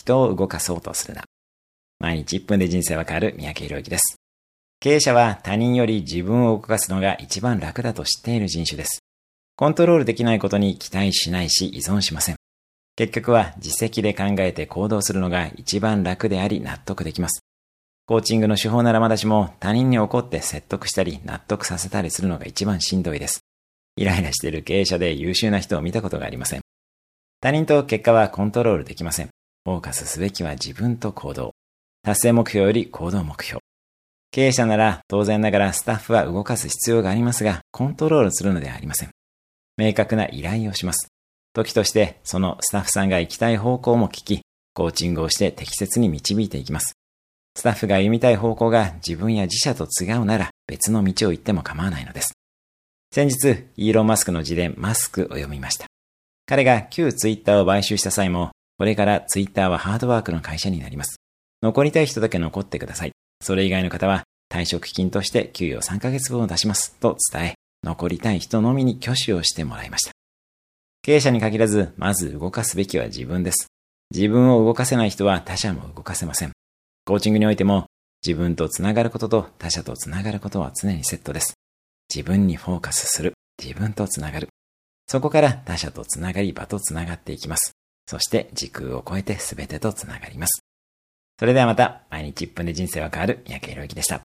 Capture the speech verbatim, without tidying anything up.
人を動かそうとするな。毎日いっぷんで人生は変わる三宅宏之です。経営者は他人より自分を動かすのが一番楽だと知っている人種です。コントロールできないことに期待しないし依存しません。結局は自責で考えて行動するのが一番楽であり納得できます。コーチングの手法ならまだしも他人に怒って説得したり納得させたりするのが一番しんどいです。イライラしている経営者で優秀な人を見たことがありません。他人と結果はコントロールできません。フォーカスすべきは自分と行動。達成目標より行動目標。経営者なら当然ながらスタッフは動かす必要がありますが、コントロールするのではありません。明確な依頼をします。時としてそのスタッフさんが行きたい方向も聞き、コーチングをして適切に導いていきます。スタッフが歩みたい方向が自分や自社と違うなら別の道を行っても構わないのです。先日、イーロン・マスクの自伝マスクを読みました。彼が旧ツイッターを買収した際も、これからツイッターはハードワークの会社になります。残りたい人だけ残ってください。それ以外の方は退職金として給与さんかげつぶんを出しますと伝え、残りたい人のみに挙手をしてもらいました。経営者に限らず、まず動かすべきは自分です。自分を動かせない人は他者も動かせません。コーチングにおいても、自分とつながることと他者とつながることは常にセットです。自分にフォーカスする。自分とつながる。そこから他者とつながり、場とつながっていきます。そして時空を超えて全てとつながります。それではまた、毎日いっぷんで人生は変わる三宅宏之でした。